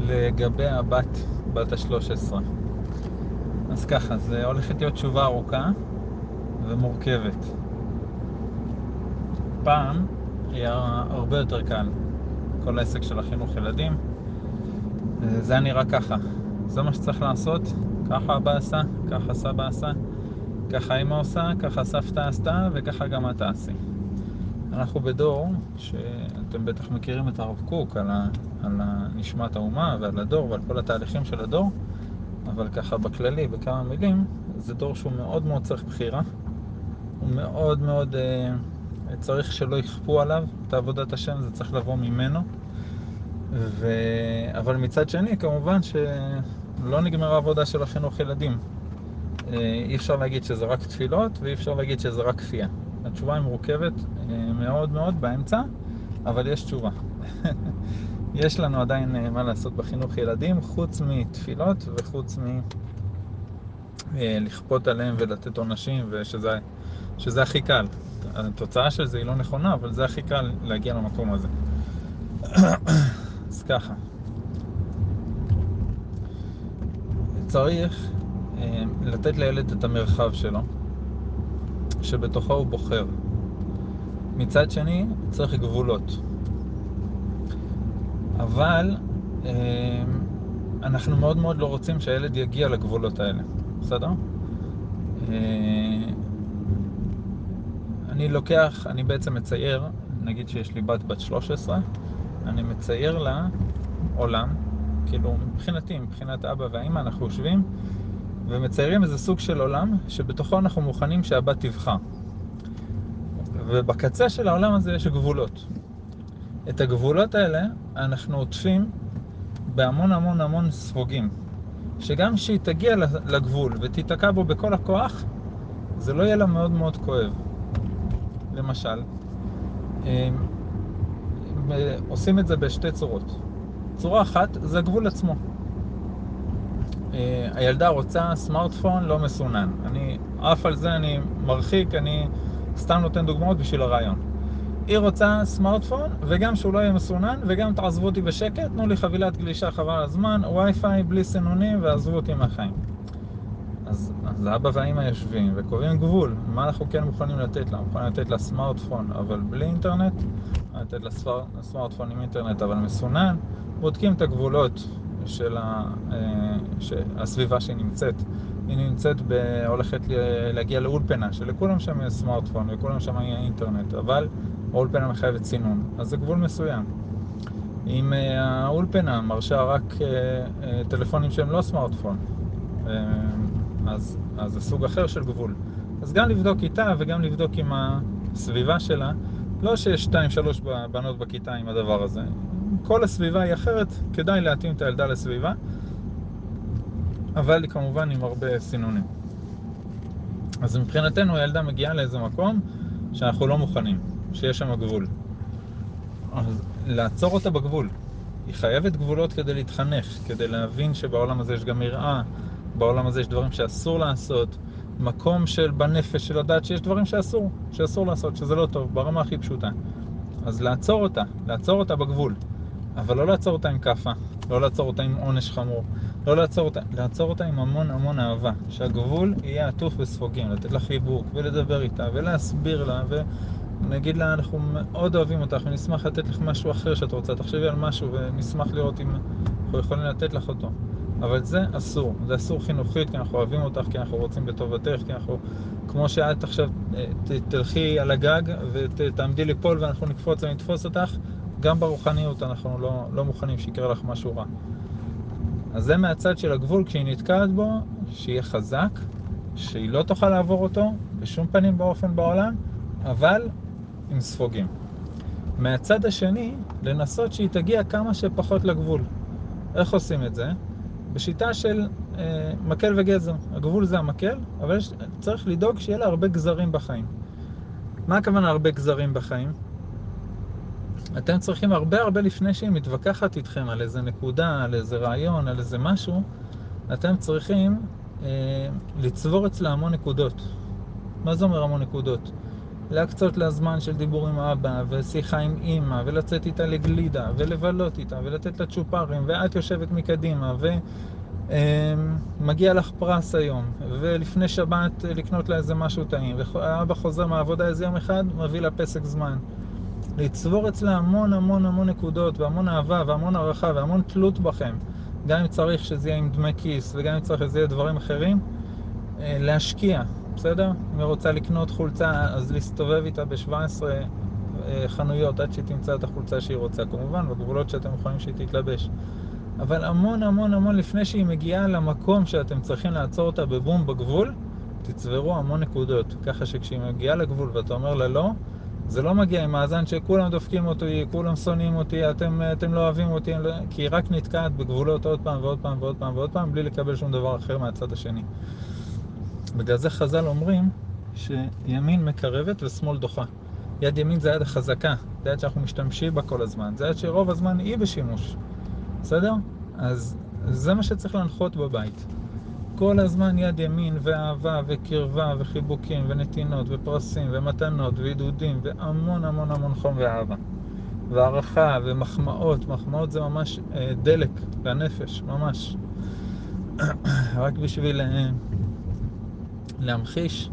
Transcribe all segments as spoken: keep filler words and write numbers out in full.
לגבי הבת, בת ה-שלוש עשרה. אז ככה, זה הולכת להיות תשובה ארוכה ומורכבת. פעם היה הרבה יותר קל, כל העסק של החינוך ילדים. זה היה נראה ככה, זה מה שצריך לעשות, ככה אבא עשה, ככה סבא עשה, ככה אמא עושה, ככה סבתא עשתה, וככה גם אתה עשי. אנחנו בדור שאתם בטח מכירים את הרב קוק על, ה, על נשמת האומה ועל הדור ועל כל התהליכים של הדור, אבל ככה בכללי, בכמה מילים, זה דור שהוא מאוד מאוד צריך בחירה. הוא מאוד מאוד אה, צריך שלא יכפו עליו את עבודת השם, זה צריך לבוא ממנו. ו... אבל מצד שני, כמובן שלא נגמרה העבודה של החינוך ילדים. אי אפשר להגיד שזה רק תפילות, ואי אפשר להגיד שזה רק כפייה. התשובה היא מורכבת מאוד מאוד באמצע, אבל יש תשובה. יש לנו עדיין מה לעשות בחינוך ילדים, חוץ מתפילות וחוץ מ... לכפות עליהם ולתת עונשים, ושזה שזה הכי קל. התוצאה של זה היא לא נכונה, אבל זה הכי קל להגיע למקום הזה. אז ככה. צריך אה, לתת לילד את המרחב שלו, שבתוכו הוא בוחר. מצד שני, צריך גבולות. אבל אה, אנחנו מאוד מאוד לא רוצים שהילד יגיע לגבולות האלה. בסדר? אה, אני לוקח, אני בעצם מצייר, נגיד שיש לי בת בת שלוש עשרה, אני מצייר לה עולם, כאילו מבחינתי, מבחינת אבא והאמא, אנחנו יושבים ומציירים איזה סוג של עולם שבתוכו אנחנו מוכנים שהבת תבחר. ובקצה של העולם הזה יש גבולות. את הגבולות האלה אנחנו עוטפים בהמון המון המון ספוגים, שגם שהיא תגיע לגבול ותתקע בו בכל הכוח, זה לא יהיה לה מאוד מאוד כואב. למשל, עושים את זה בשתי צורות. צורה אחת זה הגבול עצמו. הילדה רוצה סמארטפון לא מסונן. אני אף על זה אני מרחיק, אני סתם נותן דוגמאות בשביל הרעיון. היא רוצה סמארטפון וגם שהוא לא יהיה מסונן, וגם תעזבו אותי בשקט, תנו לי חבילת גלישה חבל על הזמן, וי-פיי בלי סינונים ועזבו אותי מהחיים. אז, אז האבא והאמא יושבים וקובעים גבול. מה אנחנו כן מוכנים לתת לה? מוכנים לתת לה סמארטפון אבל בלי אינטרנט, לתת לה ספר, סמארטפון עם אינטרנט אבל מסונן. בודקים את הגבולות של ה, של הסביבה שהיא נמצאת. היא נמצאת, ב, הולכת להגיע לאולפנה, שלכולם שם יש סמארטפון וכולם שם יהיה אינטרנט, אבל האולפנה מחייבת סינון, אז זה גבול מסוים. אם האולפנה מרשה רק טלפונים שהם לא סמארטפון, אז, אז זה סוג אחר של גבול. אז גם לבדוק איתה וגם לבדוק עם הסביבה שלה, לא שיש שתיים שלוש בנות בכיתה עם הדבר הזה. כל הסביבה היא אחרת, כדאי להתאים את הילדה לסביבה, אבל כמובן עם הרבה סינונים. אז מבחינתנו הילדה מגיעה לאיזה מקום שאנחנו לא מוכנים, שיש שם גבול. אז לעצור אותה בגבול. היא חייבת גבולות כדי להתחנך, כדי להבין שבעולם הזה יש גם יראה, בעולם הזה יש דברים שאסור לעשות, מקום של בנפש של לדעת שיש דברים שאסור, שאסור לעשות, שזה לא טוב, ברמה הכי פשוטה. אז לעצור אותה, לעצור אותה בגבול. אבל לא לעצור אותה עם כפה, לא לעצור אותה עם עונש חמור, לא לעצור אותה, לעצור אותה עם המון המון אהבה, שהגבול יהיה עטוף בספוגים, לתת לה חיבוק ולדבר איתה ולהסביר לה ונגיד לה אנחנו מאוד אוהבים אותך ונשמח לתת לך משהו אחר שאת רוצה, תחשבי על משהו ונשמח לראות אם אנחנו יכולים לתת לך אותו. אבל זה אסור, זה אסור חינוכית, כי אנחנו אוהבים אותך, כי אנחנו רוצים בטובתך, כי אנחנו, כמו שאת עכשיו ת, תלכי על הגג ותעמדי ליפול ואנחנו נקפוץ ונתפוס אותך, גם ברוחניות אנחנו לא, לא מוכנים שיקרה לך משהו רע. אז זה מהצד של הגבול, כשהיא נתקעת בו, שיהיה חזק, שהיא לא תוכל לעבור אותו בשום פנים באופן בעולם, אבל עם ספוגים. מהצד השני, לנסות שהיא תגיע כמה שפחות לגבול. איך עושים את זה? בשיטה של אה, מקל וגזר. הגבול זה המקל, אבל יש, צריך לדאוג שיהיה לה הרבה גזרים בחיים. מה הכוונה הרבה גזרים בחיים? אתם צריכים הרבה הרבה לפני שהיא מתווכחת איתכם על איזה נקודה, על איזה רעיון, על איזה משהו, אתם צריכים אה, לצבור אצלה המון נקודות. מה זה אומר המון נקודות? להקצות לה זמן של דיבור עם אבא, ושיחה עם אמא, ולצאת איתה לגלידה, ולבלות איתה, ולתת לה צ'ופרים, ואת יושבת מקדימה, ומגיע לך פרס היום, ולפני שבת לקנות לה איזה משהו טעים, ואבא חוזר מהעבודה איזה יום אחד, מביא לה פסק זמן. לצבור אצלה המון המון המון נקודות, והמון אהבה, והמון הערכה, והמון תלות בכם. גם אם צריך שזה יהיה עם דמי כיס, וגם אם צריך שזה יהיה דברים אחרים, להשקיע, בסדר? אם היא רוצה לקנות חולצה, אז להסתובב איתה ב-שבע עשרה חנויות עד שהיא תמצא את החולצה שהיא רוצה, כמובן, בגבולות שאתם יכולים שהיא תתלבש. אבל המון המון המון לפני שהיא מגיעה למקום שאתם צריכים לעצור אותה בבום בגבול, תצברו המון נקודות, ככה שכשהיא מגיעה לגבול ואתה אומר לה לא, זה לא מגיע עם מאזן שכולם דופקים אותי, כולם שונאים אותי, אתם, אתם לא אוהבים אותי, כי היא רק נתקעת בגבולות עוד פעם ועוד פעם ועוד פעם ועוד פעם, בלי לקבל שום דבר אחר מהצד השני. בגלל זה חז"ל אומרים שימין מקרבת ושמאל דוחה. יד ימין זה יד החזקה, זה יד שאנחנו משתמשים בה כל הזמן, זה יד שרוב הזמן היא בשימוש. בסדר? אז זה מה שצריך להנחות בבית. כל הזמן יד ימין ואהבה וקרבה וחיבוקים ונתינות ופרסים ומתנות ועידודים והמון המון המון חום ואהבה. והערכה ומחמאות, מחמאות זה ממש אה, דלק לנפש, ממש. רק בשביל אה, להמחיש,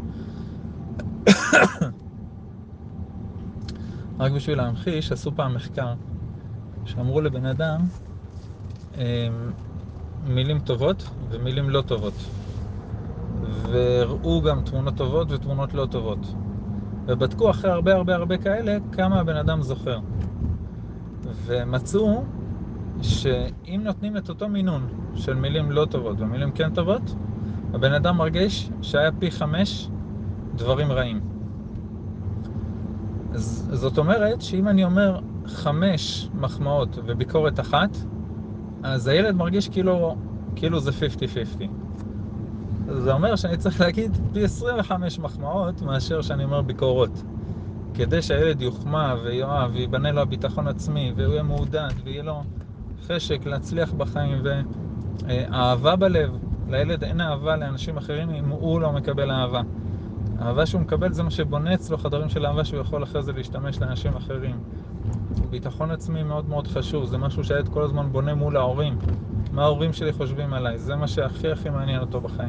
רק בשביל להמחיש, עשו פעם מחקר שאמרו לבן אדם אה, מילים טובות ומילים לא טובות. וראו גם תמונות טובות ותמונות לא טובות. ובדקו אחרי הרבה הרבה הרבה כאלה כמה הבן אדם זוכר. ומצאו שאם נותנים את אותו מינון של מילים לא טובות ומילים כן טובות, הבן אדם מרגיש שהיה פי חמש דברים רעים. אז, זאת אומרת שאם אני אומר חמש מחמאות וביקורת אחת, אז הילד מרגיש כאילו, כאילו זה חמישים חמישים. זה אומר שאני צריך להגיד פי עשרים וחמש מחמאות מאשר שאני אומר ביקורות. כדי שהילד יוחמא ויואב ויבנה לו הביטחון עצמי והוא יהיה מעודד ויהיה לו חשק להצליח בחיים ואהבה בלב. לילד אין אהבה לאנשים אחרים אם הוא לא מקבל אהבה. האהבה שהוא מקבל זה מה שבונה אצלו חדרים של אהבה שהוא יכול אחרי זה להשתמש לאנשים אחרים. ביטחון עצמי מאוד מאוד חשוב, זה משהו שהילד כל הזמן בונה מול ההורים. מה ההורים שלי חושבים עליי, זה מה שהכי הכי מעניין אותו בחיים.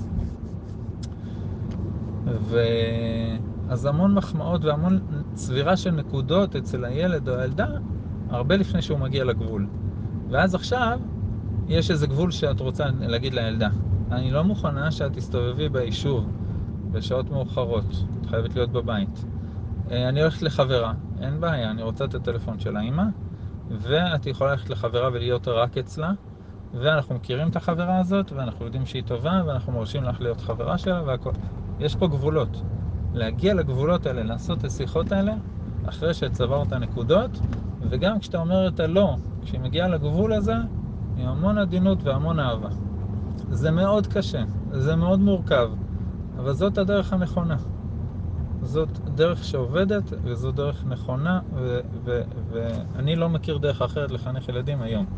ו... אז המון מחמאות והמון צבירה של נקודות אצל הילד או הילדה, הרבה לפני שהוא מגיע לגבול. ואז עכשיו, יש איזה גבול שאת רוצה להגיד לילדה. אני לא מוכנה שאת תסתובבי ביישוב, בשעות מאוחרות. את חייבת להיות בבית. אני הולכת לחברה, אין בעיה, אני רוצה את הטלפון של האמא, ואת יכולה ללכת לחברה ולהיות רק אצלה, ואנחנו מכירים את החברה הזאת, ואנחנו יודעים שהיא טובה, ואנחנו מרשים לך להיות חברה שלה, והכל. יש פה גבולות. להגיע לגבולות האלה, לעשות את השיחות האלה, אחרי שצברת הנקודות, וגם כשאתה אומר את הלא, כשהיא מגיעה לגבול הזה, עם המון עדינות והמון אהבה. זה מאוד קשה, זה מאוד מורכב, אבל זאת הדרך הנכונה. זאת דרך שעובדת, וזו דרך נכונה, ו- ו- ואני לא מכיר דרך אחרת לחנך ילדים היום.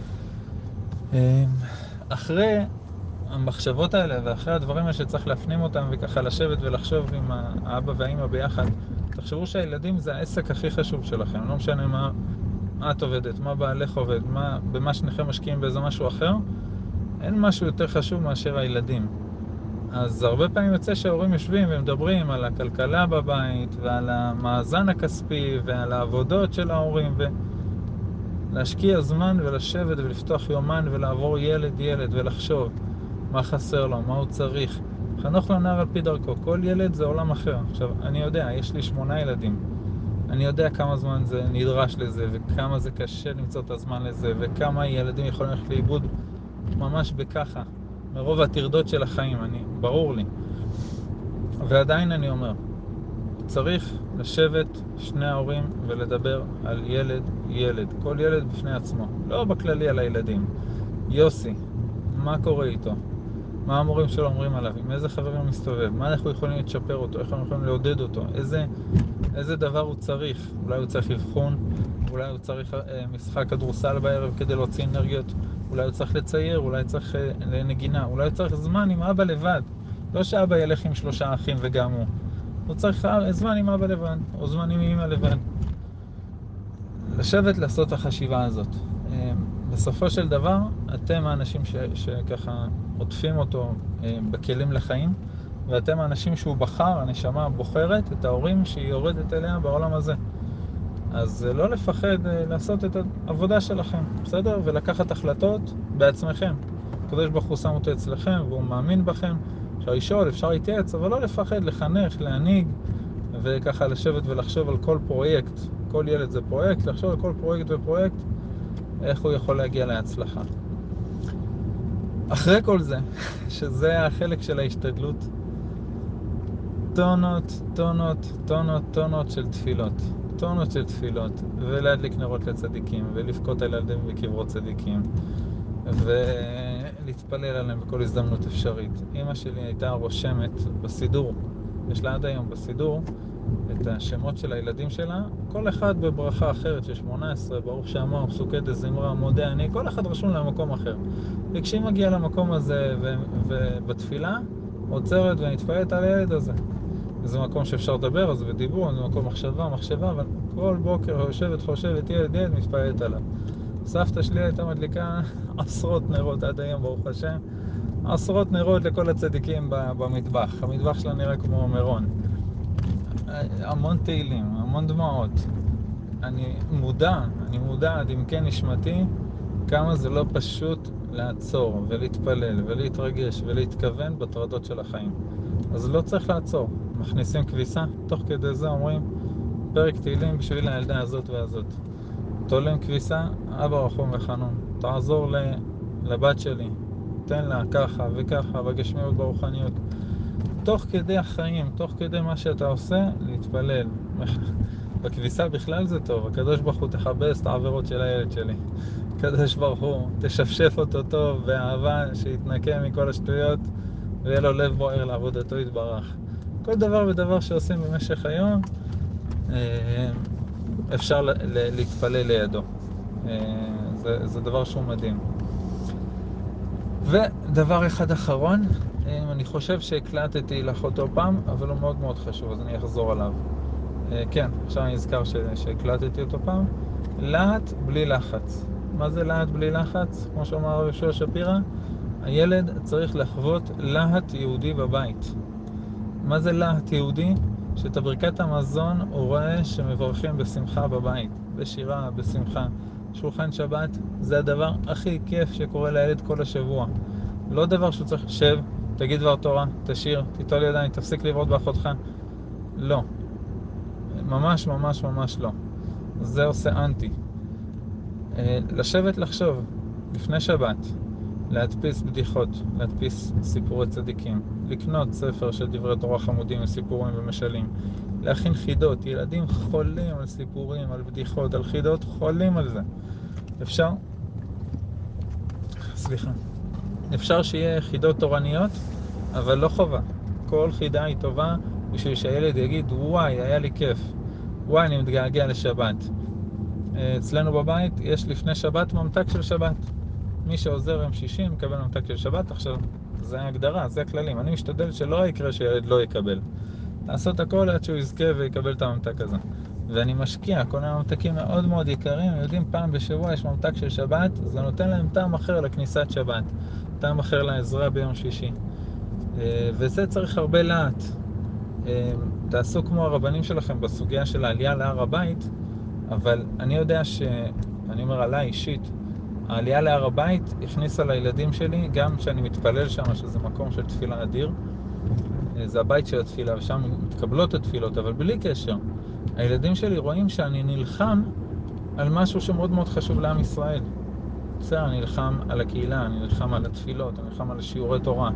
אחרי המחשבות האלה ואחרי הדברים האלה שצריך להפנים אותם וככה לשבת ולחשוב עם האבא והאמא ביחד, תחשבו שהילדים זה העסק הכי חשוב שלכם. לא משנה מה, מה את עובדת, מה בעלך עובד, מה, במה שניכם משקיעים באיזה משהו אחר, אין משהו יותר חשוב מאשר הילדים. אז הרבה פעמים יוצא שההורים יושבים ומדברים על הכלכלה בבית ועל המאזן הכספי ועל העבודות של ההורים, ולהשקיע זמן ולשבת ולפתוח יומן ולעבור ילד ילד ולחשוב מה חסר לו, מה הוא צריך. חנוך לנער על פי דרכו. כל ילד זה עולם אחר. עכשיו, אני יודע, יש לי שמונה ילדים. אני יודע כמה זמן זה נדרש לזה, וכמה זה קשה למצוא את הזמן לזה, וכמה ילדים יכולים ללכת לאיבוד ממש בככה, מרוב התרדות של החיים, אני, ברור לי. ועדיין אני אומר, צריך לשבת שני ההורים ולדבר על ילד ילד, כל ילד בפני עצמו, לא בכללי על הילדים. יוסי, מה קורה איתו? מה המורים שלו אומרים עליו? עם איזה חברים הוא מסתובב? מה אנחנו יכולים לצ'פר אותו? איך אנחנו יכולים לעודד אותו? איזה, איזה דבר הוא צריך? אולי הוא צריך לבחון? אולי הוא צריך אה, משחק כדורסל בערב כדי להוציא אנרגיות? אולי הוא צריך לצייר? אולי הוא צריך אה, לנגינה? אולי הוא צריך זמן עם אבא לבד? לא שאבא ילך עם שלושה אחים וגם הוא. הוא צריך זמן עם אבא לבד, או זמן עם אמא לבד. לשבת לעשות את החשיבה הזאת. בסופו של דבר, אתם האנשים ש, שככה עוטפים אותו בכלים לחיים, ואתם האנשים שהוא בחר, הנשמה בוחרת את ההורים שהיא יורדת אליה בעולם הזה. אז לא לפחד לעשות את העבודה שלכם, בסדר? ולקחת החלטות בעצמכם. הקדוש ברוך הוא שם אותו אצלכם, והוא מאמין בכם. אפשר לשאול, אפשר להתייעץ, אבל לא לפחד לחנך, להנהיג, וככה לשבת ולחשוב על כל פרויקט. כל ילד זה פרויקט, לחשוב על כל פרויקט ופרויקט, איך הוא יכול להגיע להצלחה. אחרי כל זה, שזה החלק של ההשתדלות, טונות, טונות, טונות, טונות של תפילות. טונות של תפילות, ולהדליק נרות לצדיקים, ולבכות על ילדים בקברות צדיקים, ולהתפלל עליהם בכל הזדמנות אפשרית. אמא שלי הייתה רושמת בסידור, יש לה עד היום בסידור, את השמות של הילדים שלה, כל אחד בברכה אחרת של שמונה עשרה, ברוך שאמר, פסוקי דזמרה, מודה אני, כל אחד רשום למקום אחר. וכשהיא מגיעה למקום הזה ו- ובתפילה, עוצרת ונתפעלת על הילד הזה. זה מקום שאפשר לדבר, אז בדיבור, זה מקום מחשבה, מחשבה, אבל כל בוקר יושבת, חושבת, ילד, ילד, מתפעלת עליו. סבתא שלי הייתה מדליקה עשרות נרות עד היום, ברוך השם, עשרות נרות לכל הצדיקים במטבח. המטבח שלה נראה כמו מירון. המון תהילים, המון דמעות. אני מודע, אני מודע עד אם כן נשמתי, כמה זה לא פשוט לעצור ולהתפלל ולהתרגש ולהתכוון בטרדות של החיים. אז לא צריך לעצור. מכניסים כביסה, תוך כדי זה אומרים פרק תהילים בשביל הילדה הזאת והזאת. תולים כביסה, אבא רחום וחנון, תעזור לבת שלי, תן לה ככה וככה, בגשמיות, ברוחניות. תוך כדי החיים, תוך כדי מה שאתה עושה, להתפלל. בכביסה בכלל זה טוב, הקדוש ברוך הוא תכבס את העבירות של הילד שלי. הקדוש ברוך הוא תשפשף אותו טוב באהבה, שיתנקה מכל השטויות, ויהיה לו לב בוער לעבודתו יתברך. כל דבר ודבר שעושים במשך היום, אפשר להתפלל לידו. זה, זה דבר שהוא מדהים. ודבר אחד אחרון, אני חושב שהקלטתי לך אותו פעם, אבל הוא מאוד מאוד חשוב, אז אני אחזור עליו. כן, עכשיו אני אזכר שהקלטתי אותו פעם. להט בלי לחץ. מה זה להט בלי לחץ? כמו שאומר הרב יהושע שפירא, הילד צריך לחוות להט יהודי בבית. מה זה להט יהודי? שאת ברכת המזון הוא רואה שמברכים בשמחה בבית, בשירה, בשמחה. שולחן שבת זה הדבר הכי כיף שקורה לילד כל השבוע. לא דבר שהוא צריך לשב, תגיד דבר תורה, תשיר, תיטול ידיים, תפסיק לבעוט באחותך. לא. ממש ממש ממש לא. זה עושה אנטי. לשבת לחשוב לפני שבת, להדפיס בדיחות, להדפיס סיפורי צדיקים, לקנות ספר של דברי תורה חמודים וסיפורים ומשלים, להכין חידות. ילדים חולים על סיפורים, על בדיחות, על חידות, חולים על זה. אפשר? סליחה. אפשר שיהיה חידות תורניות, אבל לא חובה. כל חידה היא טובה בשביל שהילד יגיד, וואי, היה לי כיף. וואי, אני מתגעגע לשבת. אצלנו בבית יש לפני שבת ממתק של שבת. מי שעוזר יום שישי מקבל ממתק של שבת. עכשיו, זה ההגדרה, זה הכללים. אני משתדל שלא יקרה שילד לא יקבל. לעשות הכל עד שהוא יזכה ויקבל את הממתק הזה. ואני משקיע, כל הממתקים מאוד מאוד יקרים, יודעים פעם בשבוע יש ממתק של שבת, זה נותן להם טעם אחר לכניסת שבת, טעם אחר לעזרה ביום שישי. וזה צריך הרבה לאט. תעשו כמו הרבנים שלכם בסוגיה של העלייה להר הבית, אבל אני יודע ש... אני אומר עליי אישית, העלייה להר הבית הכניסה לילדים שלי, גם שאני מתפלל שם, שזה מקום של תפילה אדיר, זה הבית של התפילה, ושם מתקבלות התפילות, אבל בלי קשר. הילדים שלי רואים שאני נלחם על משהו שמאוד מאוד חשוב לעם ישראל. בסדר, אני נלחם על הקהילה, אני נלחם על התפילות, אני נלחם על שיעורי תורה.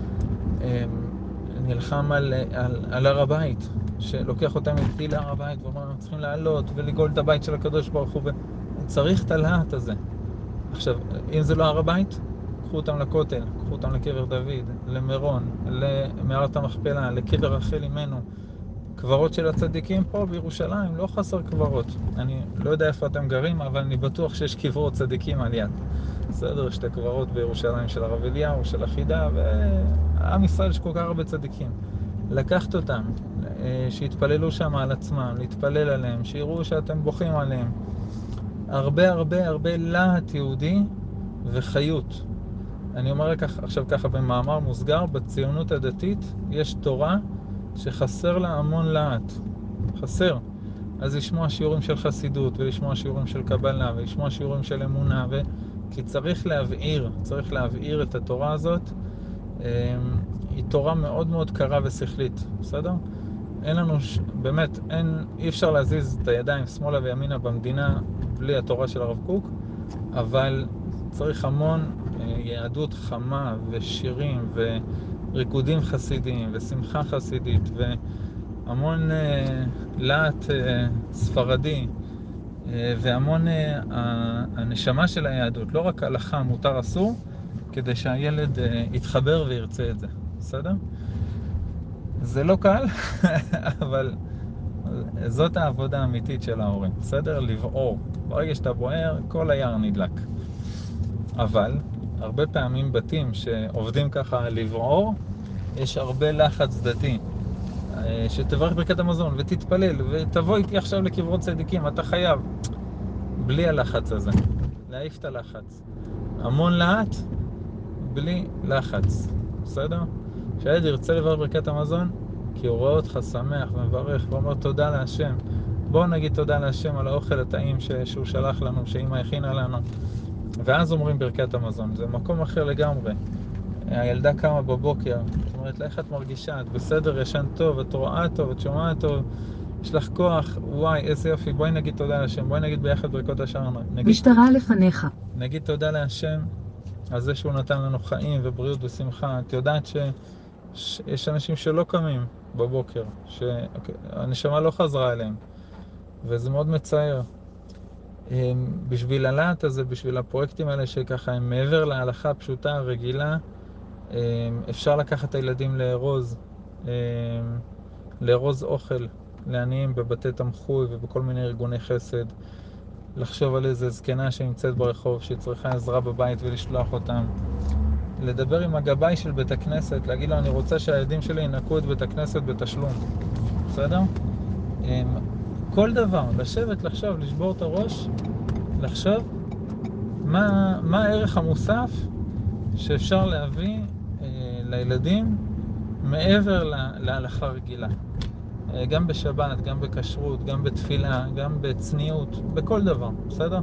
אני נלחם על, על, על הר הבית, שלוקח אותם איתי להר הבית, ואומר, אנחנו צריכים לעלות ולגאול את הבית של הקדוש ברוך הוא, וצריך את הלהט הזה. עכשיו, אם זה לא הר הבית, קחו אותם לכותל, קחו אותם לקבר דוד, למירון, למערת המכפלה, לקבר רחל אמנו. קברות של הצדיקים פה בירושלים, לא חסר קברות. אני לא יודע איפה אתם גרים, אבל אני בטוח שיש קברות צדיקים על יד. בסדר, שתי קברות בירושלים של הרב אליהו, של החידה, ועם ישראל יש כל כך הרבה צדיקים. לקחת אותם, שיתפללו שם על עצמם, להתפלל עליהם, שיראו שאתם בוכים עליהם. הרבה הרבה הרבה להט יהודי וחיות. אני אומר כך, עכשיו ככה במאמר מוסגר, בציונות הדתית יש תורה שחסר לה המון להט. חסר. אז לשמוע שיעורים של חסידות, ולשמוע שיעורים של קבלה, ולשמוע שיעורים של אמונה, ו... כי צריך להבעיר, צריך להבעיר את התורה הזאת. היא תורה מאוד מאוד קרה ושכלית, בסדר? אין לנו, ש... באמת, אין, אי אפשר להזיז את הידיים שמאלה וימינה במדינה בלי התורה של הרב קוק, אבל צריך המון יהדות חמה ושירים וריקודים חסידיים ושמחה חסידית והמון להט ספרדי והמון הנשמה של היהדות, לא רק הלכה מותר אסור, כדי שהילד יתחבר וירצה את זה, בסדר? זה לא קל, אבל זאת העבודה האמיתית של ההורים, בסדר? לבעור. ברגע שאתה בוער, כל היער נדלק. אבל הרבה פעמים בתים שעובדים ככה לבעור, יש הרבה לחץ דתי. שתברך ברכת המזון ותתפלל ותבוא איתי עכשיו לקברות צדיקים, אתה חייב. בלי הלחץ הזה. להעיף את הלחץ. המון להט, בלי לחץ. בסדר? שהילד ירצה לברך ברכת המזון, כי הוא רואה אותך שמח ומברך ואומר תודה להשם. בואו נגיד תודה להשם על האוכל הטעים שהוא שלח לנו, שאמא הכינה לנו. ואז אומרים ברכת המזון. זה מקום אחר לגמרי. הילדה קמה בבוקר, זאת אומרת, איך את מרגישה? את בסדר, ישן טוב, את רואה טוב, את שומעת טוב, יש לך כוח, וואי, איזה יופי, בואי נגיד תודה להשם, בואי נגיד ביחד ברכות השחר. משטרה לפניך. נגיד תודה להשם על זה שהוא נתן לנו חיים ובריאות ושמחה. את יודעת שיש אנשים שלא קמים בבוקר, שהנשמה לא חזרה אליהם, וזה מאוד מצער. בשביל הלהט הזה, בשביל הפרויקטים האלה שככה הם מעבר להלכה הפשוטה, הרגילה, אפשר לקחת את הילדים לארוז, לארוז אוכל לעניים בבתי תמחוי ובכל מיני ארגוני חסד, לחשוב על איזה זקנה שנמצאת ברחוב שצריכה עזרה בבית ולשלוח אותם, לדבר עם הגבאי של בית הכנסת, להגיד לו אני רוצה שהילדים שלי ינקו את בית הכנסת בתשלום, בסדר? כל דבר, לשבת, לחשוב, לשבור את הראש, לחשוב מה, מה הערך המוסף שאפשר להביא אה, לילדים מעבר לה, להלכה רגילה. אה, גם בשבת, גם בכשרות, גם בתפילה, גם בצניעות, בכל דבר, בסדר?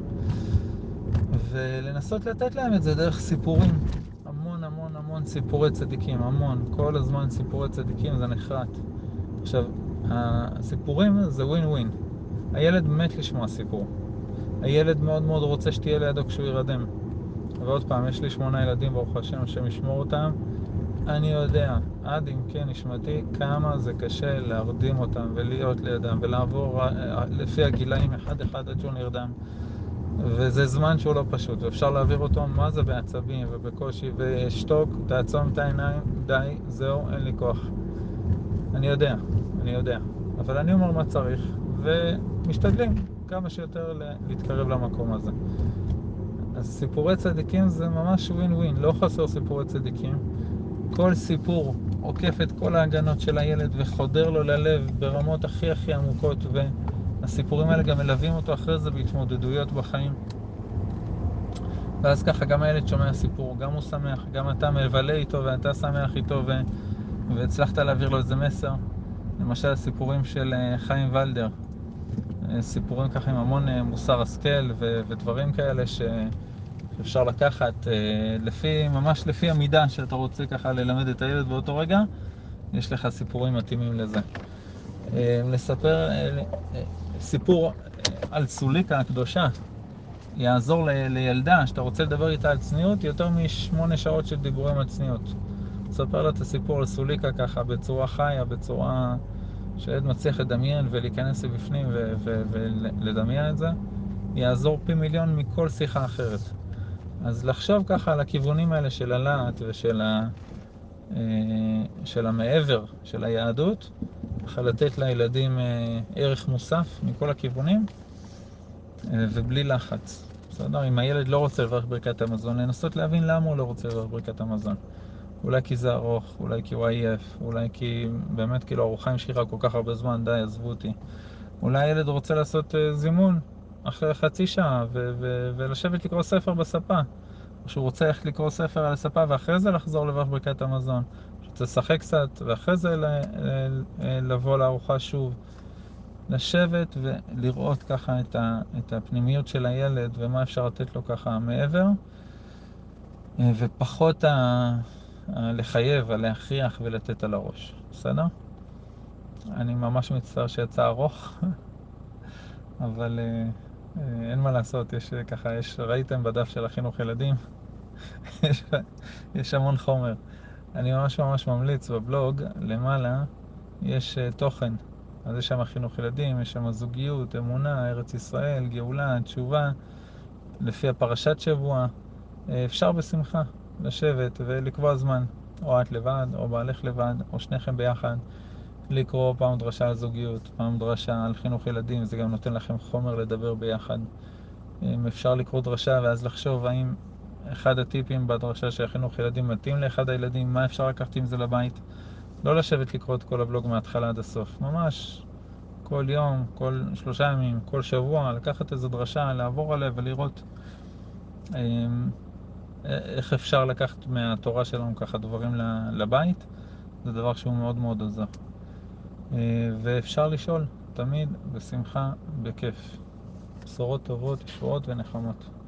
ולנסות לתת להם את זה דרך סיפורים. המון המון המון סיפורי צדיקים, המון. כל הזמן סיפורי צדיקים, זה נחרט. עכשיו, הסיפורים זה ווין ווין. הילד מת לשמוע סיפור. הילד מאוד מאוד רוצה שתהיה לידו כשהוא ירדם. ועוד פעם, יש לי שמונה ילדים, ברוך השם, שמשמור אותם. אני יודע, עד אם כן נשמתי, כמה זה קשה להרדים אותם ולהיות לידם ולעבור לפי הגילאים אחד אחד עד שהוא נרדם. וזה זמן שהוא לא פשוט, ואפשר להעביר אותו מה זה בעצבים ובקושי, ושתוק, תעצום את העיניים, די, זהו, אין לי כוח. אני יודע, אני יודע. אבל אני אומר מה צריך, ומשתדלים כמה שיותר להתקרב למקום הזה. אז סיפורי צדיקים זה ממש ווין ווין, לא חסר סיפורי צדיקים. כל סיפור עוקף את כל ההגנות של הילד וחודר לו ללב ברמות הכי הכי עמוקות, והסיפורים האלה גם מלווים אותו אחרי זה בהתמודדויות בחיים. ואז ככה גם הילד שומע סיפור, גם הוא שמח, גם אתה מבלה איתו ואתה שמח איתו ו... והצלחת להעביר לו איזה מסר. למשל הסיפורים של חיים ולדר, סיפורים ככה עם המון מוסר השכל ו... ודברים כאלה ש... שאפשר לקחת לפי, ממש לפי המידה שאתה רוצה ככה ללמד את הילד באותו רגע, יש לך סיפורים מתאימים לזה. לספר סיפור על סוליקה הקדושה יעזור ל... לילדה שאתה רוצה לדבר איתה על צניעות יותר משמונה שעות של דיבורים על צניעות. ספר לה את הסיפור על סוליקה ככה בצורה חיה, בצורה שהילד מצליח לדמיין ולהיכנס לבפנים ו... ו... ולדמיין את זה, יעזור פי מיליון מכל שיחה אחרת. אז לחשוב ככה על הכיוונים האלה של הלהט ושל ה... של המעבר, של היהדות, ככה לתת לילדים ערך מוסף מכל הכיוונים ובלי לחץ. בסדר? אם הילד לא רוצה לברך ברכת המזון, לנסות להבין למה הוא לא רוצה לברך ברכת המזון. אולי כי זה ארוך, אולי כי הוא עייף, אולי כי באמת כאילו ארוחה המשיכה כל כך הרבה זמן, די, עזבו אותי. אולי הילד רוצה לעשות אה, זימון אחרי חצי שעה ו- ו- ולשבת לקרוא ספר בספה. או שהוא רוצה ללכת לקרוא ספר על הספה ואחרי זה לחזור לברך ברכת המזון. שהוא רוצה לשחק קצת ואחרי זה ל- ל- לבוא לארוחה שוב. לשבת ולראות ככה את, ה- את הפנימיות של הילד ומה אפשר לתת לו ככה מעבר. אה, ופחות ה- ה- לחייב, הלהכריח ולתת על הראש. בסדר? אני ממש מצטער שיצא ארוך. אבל אה, אה, אין מה לעשות, יש אה, ככה, יש, ראיתם בדף של החינוך ילדים, יש, יש המון חומר. אני ממש ממש ממליץ, בבלוג למעלה יש אה, תוכן. אז יש שם חינוך ילדים, יש שם זוגיות, אמונה, ארץ ישראל, גאולה, תשובה, לפי הפרשת שבוע. אה, אפשר בשמחה לשבת ולקבוע זמן, או את לבד, או בעלך לבד, או שניכם ביחד. לקרוא פעם דרשה על זוגיות, פעם דרשה על חינוך ילדים, זה גם נותן לכם חומר לדבר ביחד. אם אפשר לקרוא דרשה ואז לחשוב האם אחד הטיפים בדרשה של החינוך ילדים מתאים לאחד הילדים, מה אפשר לקחת עם זה לבית. לא לשבת לקרוא את כל הבלוג מההתחלה עד הסוף, ממש כל יום, כל שלושה ימים, כל שבוע, לקחת איזו דרשה, לעבור עליה ולראות אמ, איך אפשר לקחת מהתורה שלנו ככה דברים לבית. זה דבר שהוא מאוד מאוד עוזר. אה, ואפשר לשאול, תמיד, בשמחה, בכיף. בשורות טובות, ישועות ונחמות.